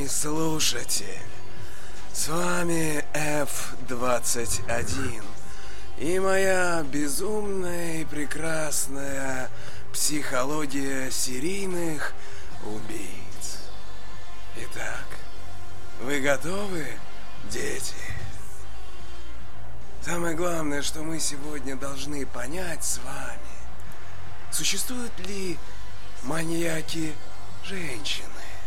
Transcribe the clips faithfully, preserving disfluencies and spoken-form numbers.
Уважаемый слушатель, с вами эф двадцать один и моя безумная и прекрасная психология серийных убийц. Итак, вы готовы, дети? Самое главное, что мы сегодня должны понять с вами, существуют ли маньяки-женщины?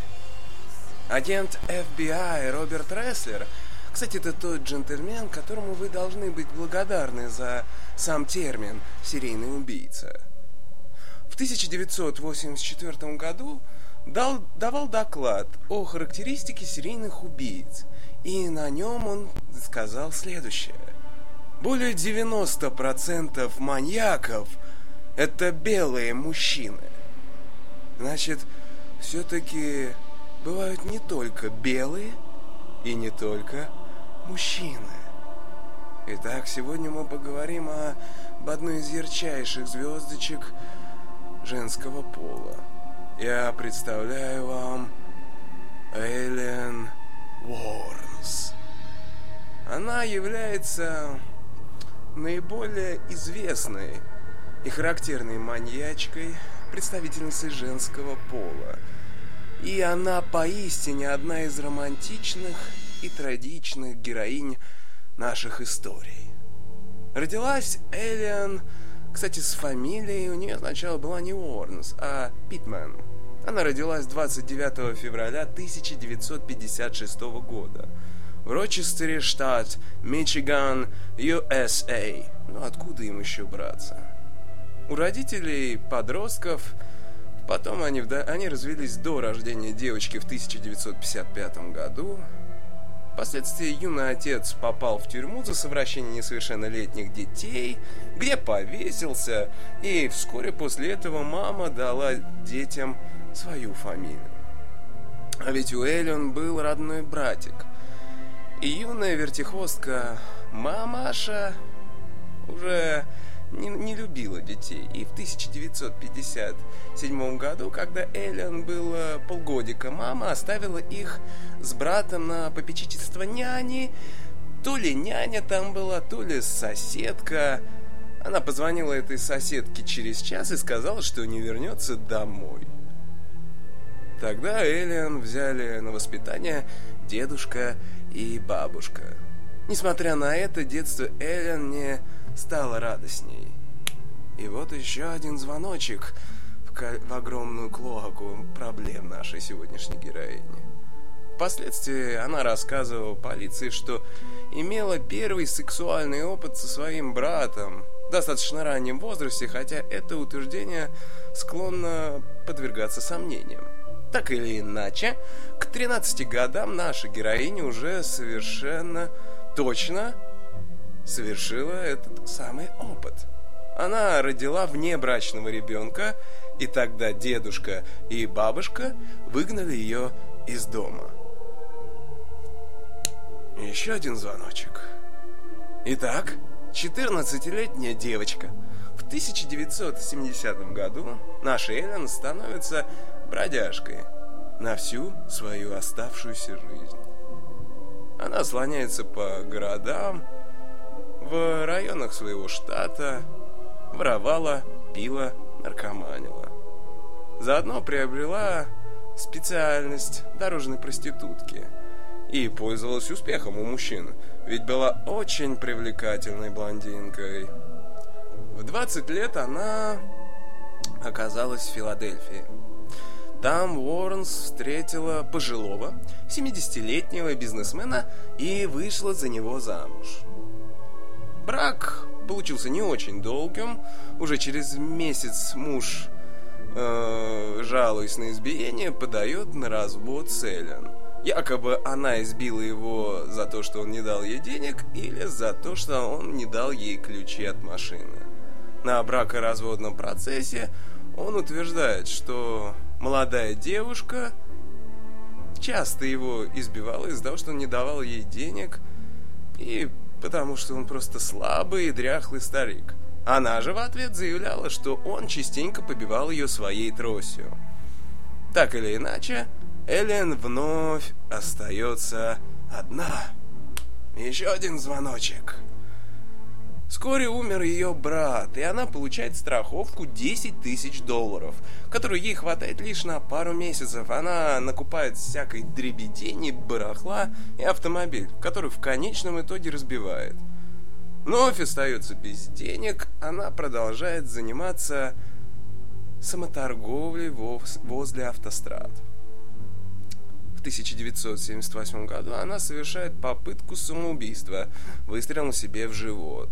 Агент эф би ай Роберт Реслер, кстати, это тот джентльмен, которому вы должны быть благодарны за сам термин «серийный убийца», в тысяча девятьсот восемьдесят четвёртом году дал, давал доклад о характеристике серийных убийц, и на нем он сказал следующее. Более девяносто процентов маньяков – это белые мужчины. Значит, все-таки бывают не только белые и не только мужчины. Итак, сегодня мы поговорим о, об одной из ярчайших звездочек женского пола. Я представляю вам Эллен Уорнс. Она является наиболее известной и характерной маньячкой, представительницей женского пола. И она поистине одна из романтичных и трагичных героинь наших историй. Родилась Эллен, кстати, с фамилией у нее сначала была не Уорнс, а Питман. Она родилась двадцать девятого февраля тысяча девятьсот пятьдесят шестого года в Рочестере, штат Мичиган, ю эс эй. Ну откуда им еще браться? У родителей подростков. Потом они, они развелись до рождения девочки в тысяча девятьсот пятьдесят пятом году. Впоследствии юный отец попал в тюрьму за совращение несовершеннолетних детей, где повесился, и вскоре после этого мама дала детям свою фамилию. А ведь у Эллен был родной братик. И юная вертихвостка мамаша уже Не, не любила детей. И в тысяча девятьсот пятьдесят седьмом году, когда Эллен было полгодика, мама оставила их с братом на попечительство няни. То ли няня там была, то ли соседка. Она позвонила этой соседке через час и сказала, что не вернется домой. Тогда Эллен взяли на воспитание дедушка и бабушка. Несмотря на это, детство Эллен не стало радостней. И вот еще один звоночек в, ко- в огромную клоаку проблем нашей сегодняшней героини. Впоследствии она рассказывала полиции, что имела первый сексуальный опыт со своим братом в достаточно раннем возрасте, хотя это утверждение склонно подвергаться сомнениям. Так или иначе, к тринадцати годам наша героиня уже совершенно точно совершила этот самый опыт. Она родила внебрачного ребенка, и тогда дедушка и бабушка выгнали ее из дома. Еще один звоночек. Итак, четырнадцатилетняя девочка. В тысяча девятьсот семидесятом году наша Эллен становится бродяжкой на всю свою оставшуюся жизнь. Она слоняется по городам, в районах своего штата, воровала, пила, наркоманила. Заодно приобрела специальность дорожной проститутки и пользовалась успехом у мужчин, ведь была очень привлекательной блондинкой. В двадцать лет она оказалась в Филадельфии. Там Уорнс встретила пожилого, семидесятилетнего бизнесмена и вышла за него замуж. Брак получился не очень долгим. Уже через месяц муж, э, жалуясь на избиение, подает на развод с Эллен. Якобы она избила его за то, что он не дал ей денег, или за то, что он не дал ей ключи от машины. На бракоразводном процессе он утверждает, что молодая девушка часто его избивала из-за того, что он не давал ей денег, и потому что он просто слабый и дряхлый старик. Она же в ответ заявляла, что он частенько побивал ее своей тростью. Так или иначе, Эллен вновь остается одна. Еще один звоночек. Вскоре умер ее брат, и она получает страховку десять тысяч долларов, которую ей хватает лишь на пару месяцев. Она накупает всякой дребедени, барахла и автомобиль, который в конечном итоге разбивает. Вновь остается без денег, она продолжает заниматься самоторговлей возле автострад. В тысяча девятьсот семьдесят восьмом году она совершает попытку самоубийства выстрелом себе в живот.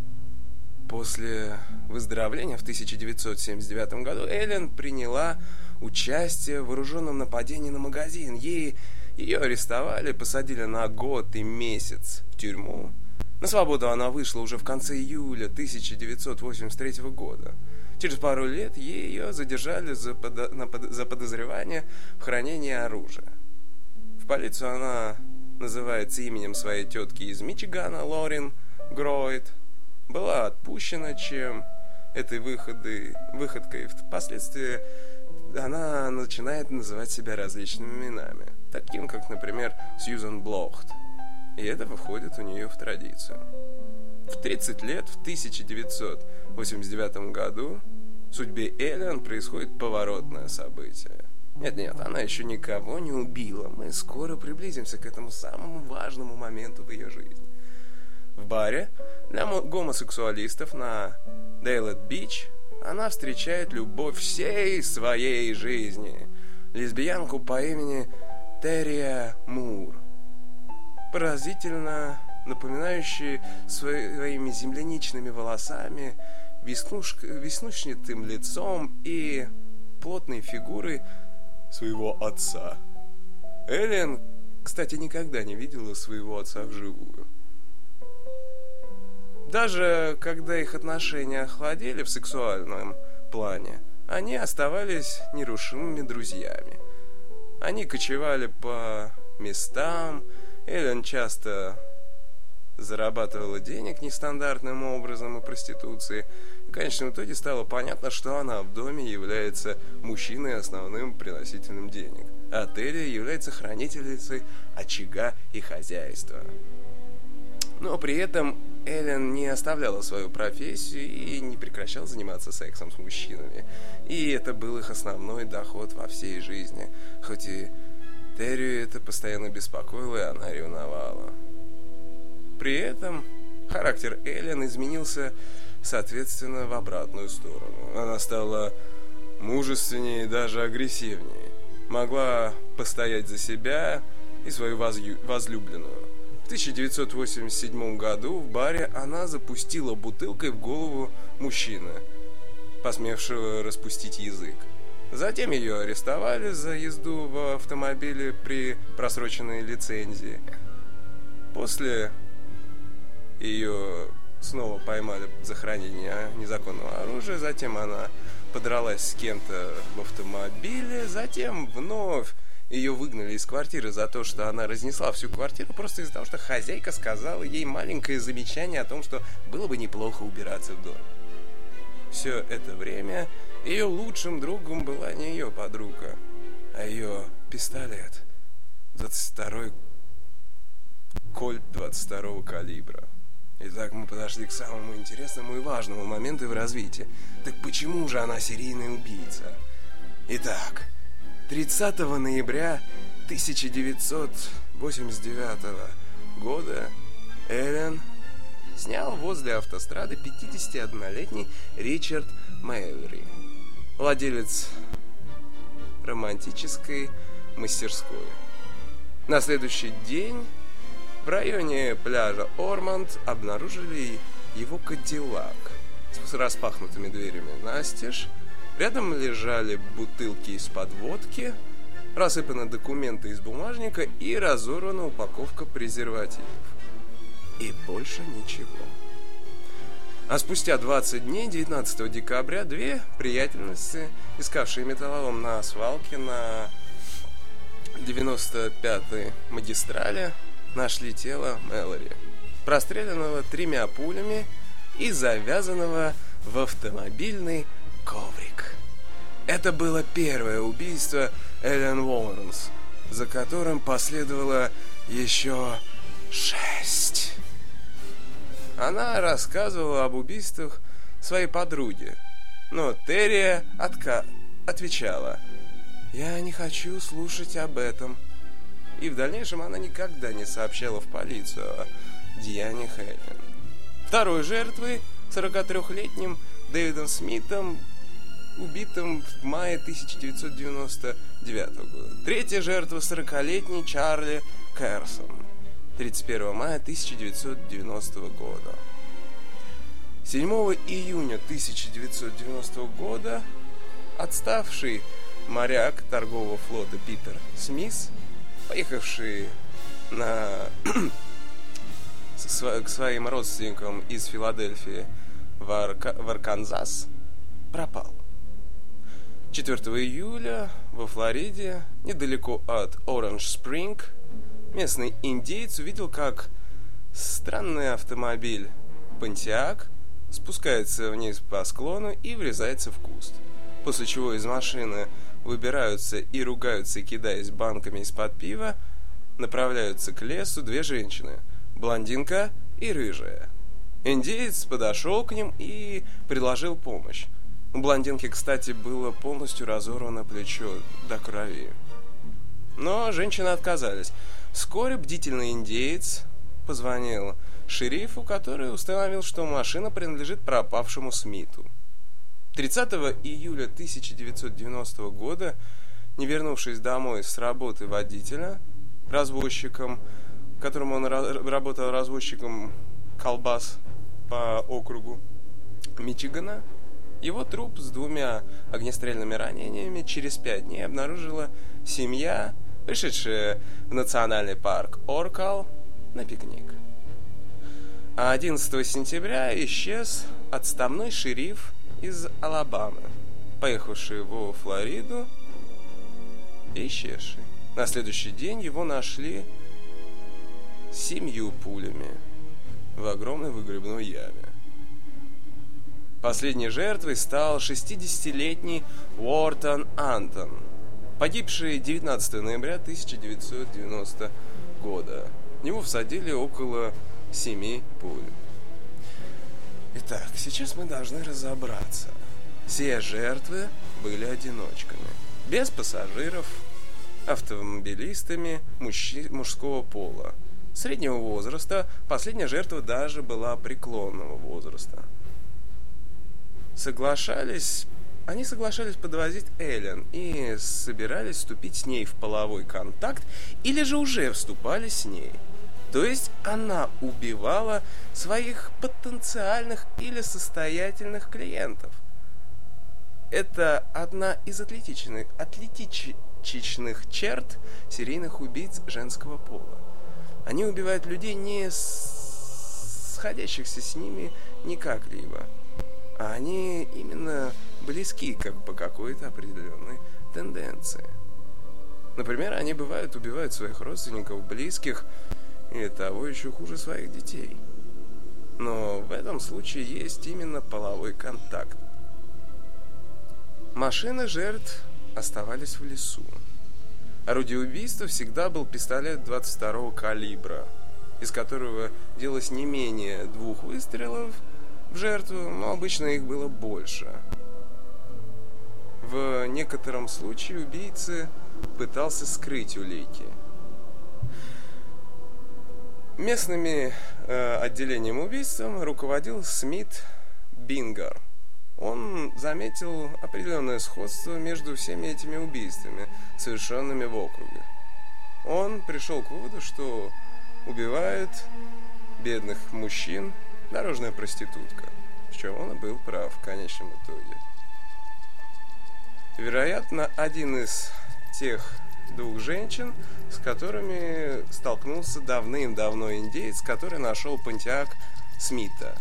После выздоровления в тысяча девятьсот семьдесят девятом году Эллен приняла участие в вооруженном нападении на магазин. Ей, ее арестовали, посадили на год и месяц в тюрьму. На свободу она вышла уже в конце июля тысяча девятьсот восемьдесят третьего года. Через пару лет ее задержали за, подо... на под... за подозревание в хранении оружия. В полицию она называется именем своей тетки из Мичигана, Лорин Гройд. Была отпущена, чем этой выходы, выходкой. Впоследствии она начинает называть себя различными именами, таким как, например, Сьюзан Блохт. И это входит у нее в традицию. В тридцать лет, в тысяча девятьсот восемьдесят девятом году, в судьбе Эллен происходит поворотное событие. Нет-нет, она еще никого не убила. Мы скоро приблизимся к этому самому важному моменту в ее жизни. В баре для гомосексуалистов на Дейлет-Бич она встречает любовь всей своей жизни. Лесбиянку по имени Терия Мур. Поразительно напоминающую своими земляничными волосами, веснуш... веснушчатым лицом и плотной фигурой своего отца. Эллен, кстати, никогда не видела своего отца вживую. Даже когда их отношения охладели в сексуальном плане, они оставались нерушимыми друзьями. Они кочевали по местам, Эллен часто зарабатывала денег нестандартным образом и проституцией. И в конечном итоге стало понятно, что она в доме является мужчиной основным приносителем денег, а Терри является хранительницей очага и хозяйства. Но при этом Эллен не оставляла свою профессию и не прекращала заниматься сексом с мужчинами. И это был их основной доход во всей жизни. Хоть и Терри это постоянно беспокоило, и она ревновала. При этом характер Эллен изменился, соответственно, в обратную сторону. Она стала мужественнее и даже агрессивнее. Могла постоять за себя и свою возлюбленную. В тысяча девятьсот восемьдесят седьмом году в баре она запустила бутылкой в голову мужчины, посмевшего распустить язык. Затем ее арестовали за езду в автомобиле при просроченной лицензии. После ее снова поймали за хранение незаконного оружия. Затем она подралась с кем-то в автомобиле. Затем вновь ее выгнали из квартиры за то, что она разнесла всю квартиру, просто из-за того, что хозяйка сказала ей маленькое замечание о том, что было бы неплохо убираться в доме. Все это время ее лучшим другом была не ее подруга, а ее пистолет. двадцать второй кольт двадцать второго калибра. Итак, мы подошли к самому интересному и важному моменту в развитии. Так почему же она серийный убийца? Итак, тридцатого ноября тысяча девятьсот восемьдесят девятого года Эллен снял возле автострады пятидесятиоднолетний Ричард Мэйвери, владелец романтической мастерской. На следующий день в районе пляжа Ормонд обнаружили его кадиллак с распахнутыми дверями настежь. Рядом лежали бутылки из-под водки, рассыпаны документы из бумажника и разорвана упаковка презервативов. И больше ничего. А спустя двадцать дней, девятнадцатого декабря, две приятельницы, искавшие металлолом на свалке на девяносто пятой магистрали, нашли тело Мэлори, простреленного тремя пулями и завязанного в автомобильный коврик. Это было первое убийство Эллен Уорренс. за которым последовало еще шесть. Она рассказывала об убийствах своей подруги, но Терри отка... отвечала: «Я не хочу слушать об этом». И в дальнейшем она никогда не сообщала в полицию о деяниях Эллен. Второй жертвой, сорокатрёхлетним Дэвидом Смитом, убитым в мае тысяча девятьсот девяносто девятого года. Третья жертва — сорокалетний Чарли Кэрсон, тридцать первого мая тысяча девятьсот девяностого года. седьмого июня тысяча девятьсот девяностого года отставший моряк торгового флота Питер Смис, поехавший на... к своим родственникам из Филадельфии в, Арка... в Арканзас, пропал. четвёртого июля во Флориде, недалеко от Оранж-Спринг, местный индеец увидел, как странный автомобиль Pontiac спускается вниз по склону и врезается в куст, после чего из машины выбираются и ругаются, кидаясь банками из-под пива, направляются к лесу две женщины, блондинка и рыжая. Индеец подошел к ним и предложил помощь. У блондинки, кстати, было полностью разорвано плечо до крови. Но женщины отказались. Вскоре бдительный индеец позвонил шерифу, который установил, что машина принадлежит пропавшему Смиту. тридцатого июля тысяча девятьсот девяностого года, не вернувшись домой с работы водителя, развозчиком, которому он работал развозчиком колбас по округу Мичигана, его труп с двумя огнестрельными ранениями через пять дней обнаружила семья, пришедшая в национальный парк Оркал на пикник. А одиннадцатого сентября исчез отставной шериф из Алабамы, поехавший во Флориду и исчезший. На следующий день его нашли семью пулями в огромной выгребной яме. Последней жертвой стал шестидесятилетний Уортон Антон, погибший девятнадцатого ноября тысяча девятьсот девяностого года. В него всадили около семи пуль. Итак, сейчас мы должны разобраться. Все жертвы были одиночками, без пассажиров, автомобилистами мужчи- мужского пола, среднего возраста. Последняя жертва даже была преклонного возраста. Соглашались, они соглашались подвозить Эллен и собирались вступить с ней в половой контакт, или же уже вступали с ней. То есть она убивала своих потенциальных или состоятельных клиентов. Это одна из атлетичных, атлетичных черт серийных убийц женского пола. Они убивают людей, не сходящихся с ними никак-либо, а они именно близки как по какой-то определенной тенденции. Например, они бывают убивают своих родственников, близких, и того еще хуже своих детей. Но в этом случае есть именно половой контакт. Машины жертв оставались в лесу. Орудие убийства всегда был пистолет двадцать второго калибра, из которого делалось не менее двух выстрелов в жертву, но обычно их было больше. В некотором случае убийца пытался скрыть улики. Местными э, отделением убийством руководил Смит Бингар. Он заметил определенное сходство между всеми этими убийствами, совершенными в округе. Он пришел к выводу, что убивает бедных мужчин дорожная проститутка, в чем он и был прав в конечном итоге. Вероятно, один из тех двух женщин, с которыми столкнулся давным-давно индеец, который нашел Pontiac Смита.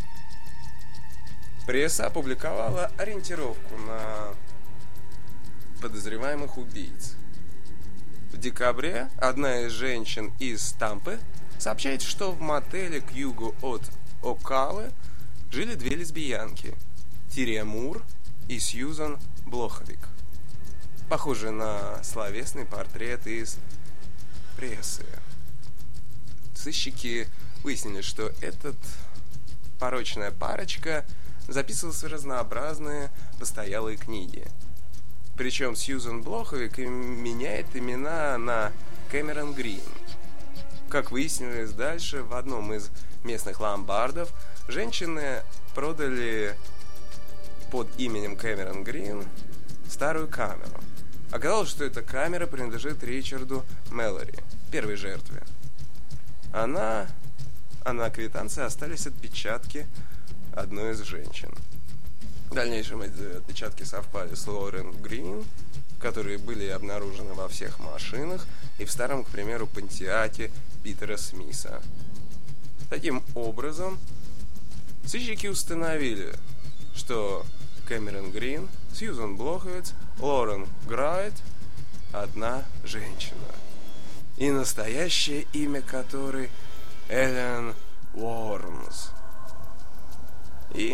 Пресса опубликовала ориентировку на подозреваемых убийц. В декабре одна из женщин из Тампы сообщает, что в мотеле к югу от Окалы жили две лесбиянки – Тирия Мур и Сьюзан Блоховик. похожий на словесный портрет из прессы. Сыщики выяснили, что этот порочная парочка записывалась в разнообразные постоялые книги. Причем Сьюзен Блоховик меняет имена на Кэмерон Грин. Как выяснилось дальше, в одном из местных ломбардов женщины продали под именем Кэмерон Грин старую камеру. Оказалось, что эта камера принадлежит Ричарду Мэлори, первой жертве. Она, а на квитанции остались отпечатки одной из женщин. В дальнейшем эти отпечатки совпали с Лорен Грин, которые были обнаружены во всех машинах и в старом, к примеру, Пантиаке Питера Смиса. Таким образом, сыщики установили, что Кэмерон Грин, Сьюзен Блоховиц, Лорен Грайт – одна женщина. И настоящее имя которой Эллен Уорнс. И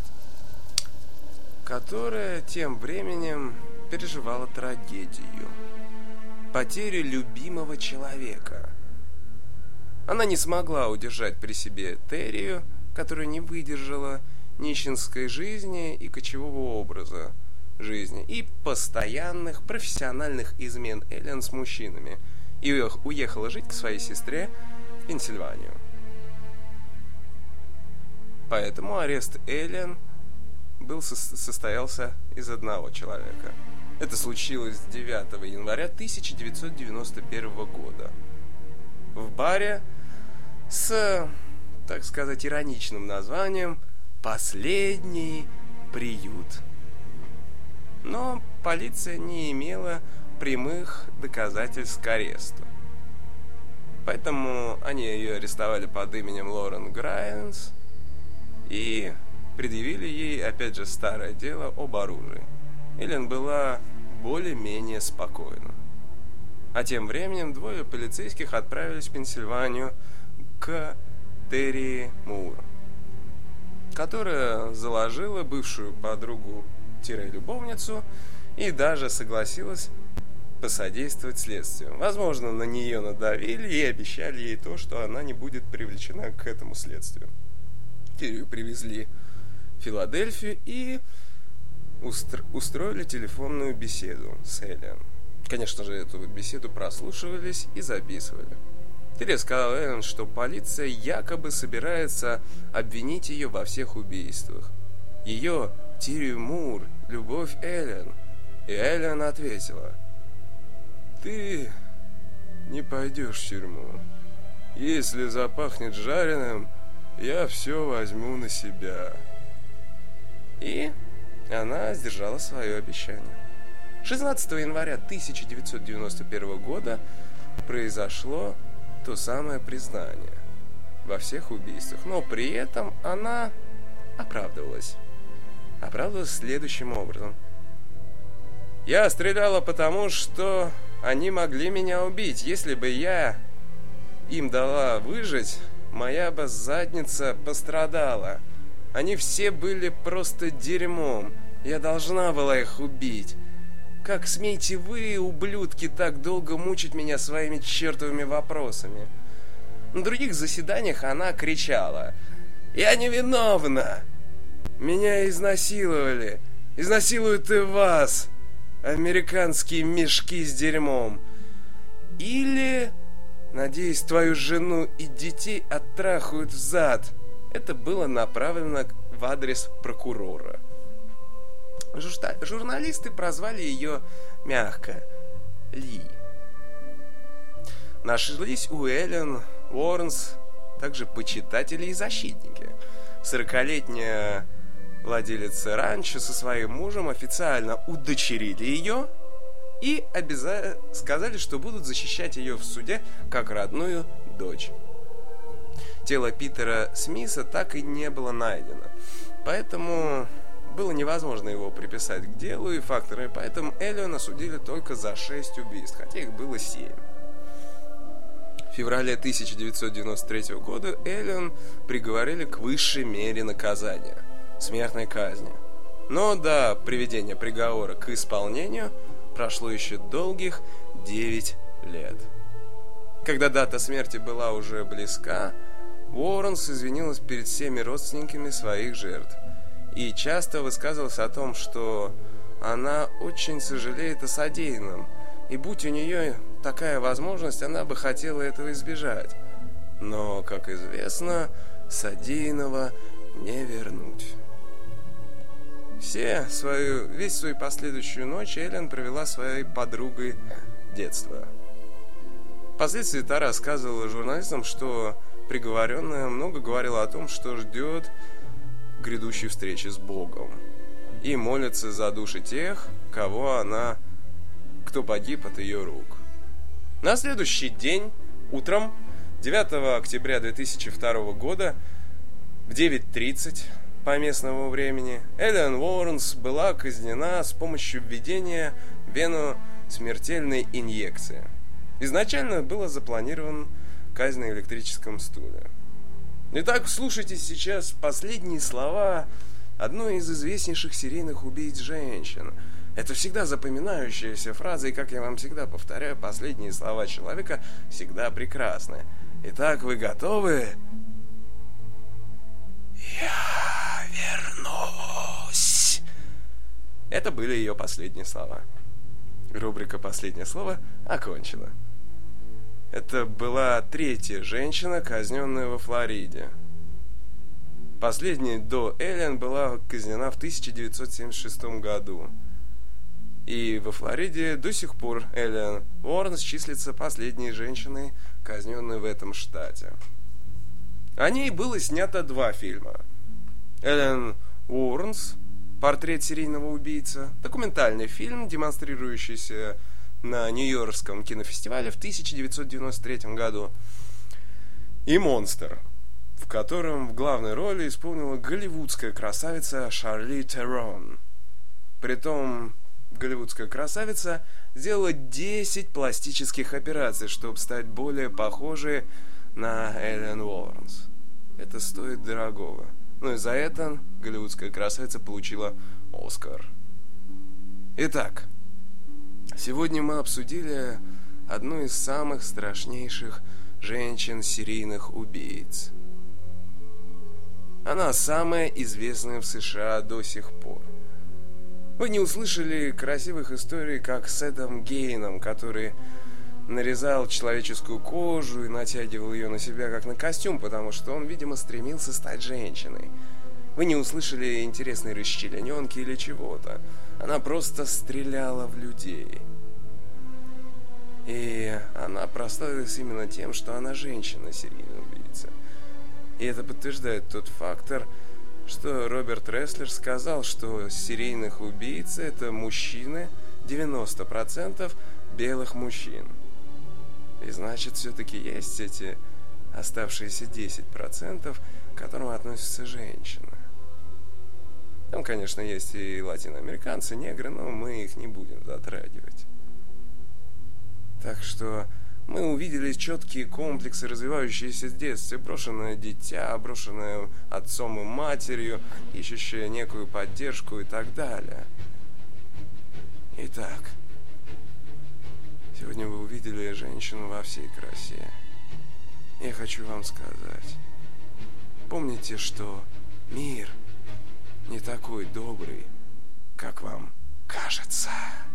которая тем временем переживала трагедию. Потерю любимого человека. Она не смогла удержать при себе Террию, которая не выдержала нищенской жизни и кочевого образа жизни, и постоянных профессиональных измен Эллен с мужчинами, и уехала жить к своей сестре в Пенсильванию. Поэтому арест Эллен был, состоялся из одного человека. Это случилось девятого января тысяча девятьсот девяносто первого года в баре с, так сказать, ироничным названием «Последний приют». Но полиция не имела прямых доказательств к аресту. Поэтому они ее арестовали под именем Лорен Грайнс и предъявили ей, опять же, старое дело об оружии. Эллен была более-менее спокойна. А тем временем двое полицейских отправились в Пенсильванию к Терри Мур, которая заложила бывшую подругу-любовницу и даже согласилась посодействовать следствию. Возможно, на нее надавили и обещали ей то, что она не будет привлечена к этому следствию. Террию привезли в Филадельфию и устро- устроили телефонную беседу с Эллен. Конечно же, эту беседу прослушивались и записывали. Терри сказал Эллен, что полиция якобы собирается обвинить ее во всех убийствах. Ее, Терри Мур, любовь Эллен. И Эллен ответила: «Ты не пойдешь в тюрьму. Если запахнет жареным, я все возьму на себя». И она сдержала свое обещание. шестнадцатого января тысяча девятьсот девяносто первого года произошло то самое признание во всех убийствах, но при этом она оправдывалась. Оправдывалась следующим образом: «Я стреляла потому, что они могли меня убить. Если бы я им дала выжить, моя бы задница пострадала. Они все были просто дерьмом. Я должна была их убить. Как смеете вы, ублюдки, так долго мучить меня своими чертовыми вопросами?» На других заседаниях она кричала: «Я невиновна! Меня изнасиловали! Изнасилуют и вас, американские мешки с дерьмом! Или, надеюсь, твою жену и детей оттрахают в зад!» Это было направлено в адрес прокурора. Журналисты прозвали ее мягко Ли. Нашлись у Эллен Уорнс также почитатели и защитники. Сорокалетняя владелица ранчо со своим мужем официально удочерили ее и обяза... сказали, что будут защищать ее в суде как родную дочь. Тело Питера Смиса так и не было найдено, поэтому было невозможно его приписать к делу и факторы, поэтому Эллен осудили только за шесть убийств, хотя их было семь. В феврале тысяча девятьсот девяносто третьего года Эллен приговорили к высшей мере наказания – смертной казни. Но до приведения приговора к исполнению прошло еще долгих девять лет. Когда дата смерти была уже близка, Уорренс извинилась перед всеми родственниками своих жертв и часто высказывалась о том, что она очень сожалеет о содеянном, и будь у нее такая возможность, она бы хотела этого избежать. Но, как известно, содеянного не вернуть. Все свою, весь свою последующую ночь Эллен провела своей подругой детства. Впоследствии та рассказывала журналистам, что приговоренная много говорила о том, что ждет грядущей встречи с Богом, и молится за души тех, кого она, кто погиб от ее рук. На следующий день, утром, девятого октября две тысячи второго года, в девять тридцать по местному времени, Эллен Уорренс была казнена с помощью введения в вену смертельной инъекции. Изначально было запланировано казнь на электрическом стуле. Итак, слушайте сейчас последние слова одной из известнейших серийных убийц женщин. Это всегда запоминающаяся фраза, и, как я вам всегда повторяю, последние слова человека всегда прекрасны. Итак, вы готовы? «Я вернусь». Это были ее последние слова. Рубрика «Последнее слово» окончена. Это была третья женщина, казненная во Флориде. Последняя до Эллен была казнена в тысяча девятьсот семьдесят шестом году. И во Флориде до сих пор Эллен Уорренс числится последней женщиной, казненной в этом штате. О ней было снято два фильма. Эллен Уорренс, портрет серийного убийцы, документальный фильм, демонстрирующийся на Нью-Йоркском кинофестивале в тысяча девятьсот девяносто третьем году, и «Монстр», в котором в главной роли исполнила голливудская красавица Шарли Терон. Притом голливудская красавица сделала десять пластических операций, чтобы стать более похожей на Эллен Уорренс. Это стоит дорогого. Но и за это голливудская красавица получила Оскар. Итак, сегодня мы обсудили одну из самых страшнейших женщин-серийных убийц. Она самая известная в США до сих пор. Вы не услышали красивых историй, как с Эдом Гейном, который нарезал человеческую кожу и натягивал ее на себя как на костюм, потому что он, видимо, стремился стать женщиной. Вы не услышали интересной расчлененки или чего-то. Она просто стреляла в людей. И она прославилась именно тем, что она женщина, серийный убийца. И это подтверждает тот фактор, что Роберт Реслер сказал, что серийных убийц — это мужчины, девяносто процентов белых мужчин. И значит, все-таки есть эти оставшиеся десять процентов, к которым относятся женщины. Там, конечно, есть и латиноамериканцы, негры, но мы их не будем затрагивать. Так что мы увидели четкие комплексы, развивающиеся с детства. Брошенное дитя, брошенное отцом и матерью, ищущее некую поддержку и так далее. Итак, сегодня вы увидели женщину во всей красе. Я хочу вам сказать, помните, что мир не такой добрый, как вам кажется.